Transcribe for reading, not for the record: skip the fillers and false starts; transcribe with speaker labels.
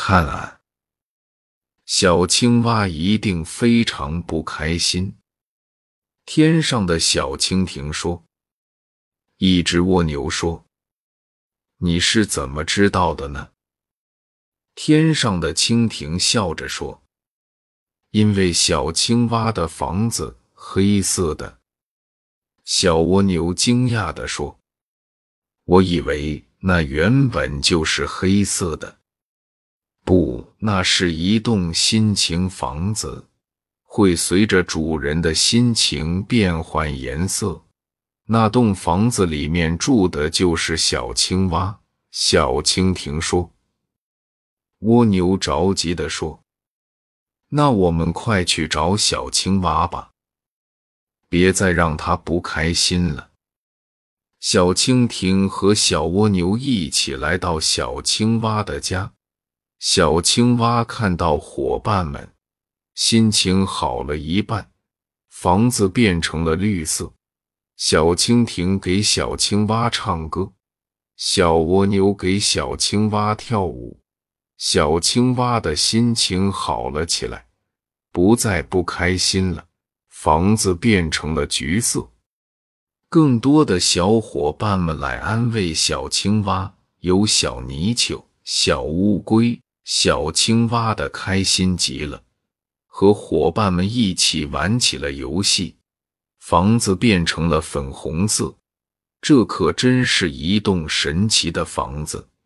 Speaker 1: 看啊，小青蛙一定非常不开心。天上的小蜻蜓说。一只蜗牛说，你是怎么知道的呢？天上的蜻蜓笑着说，因为小青蛙的房子黑色的。小蜗牛惊讶地说，我以为那原本就是黑色的。不，那是一栋心情房子，会随着主人的心情变换颜色。那栋房子里面住的就是小青蛙。小蜻蜓说。蜗牛着急地说，那我们快去找小青蛙吧，别再让它不开心了。小蜻蜓和小蜗牛一起来到小青蛙的家。小青蛙看到伙伴们，心情好了一半，房子变成了绿色。小蜻蜓给小青蛙唱歌，小蜗牛给小青蛙跳舞。小青蛙的心情好了起来，不再不开心了，房子变成了橘色。更多的小伙伴们来安慰小青蛙，有小泥鳅、小乌龟。小青蛙的开心极了，和伙伴们一起玩起了游戏。房子变成了粉红色，这可真是一栋神奇的房子。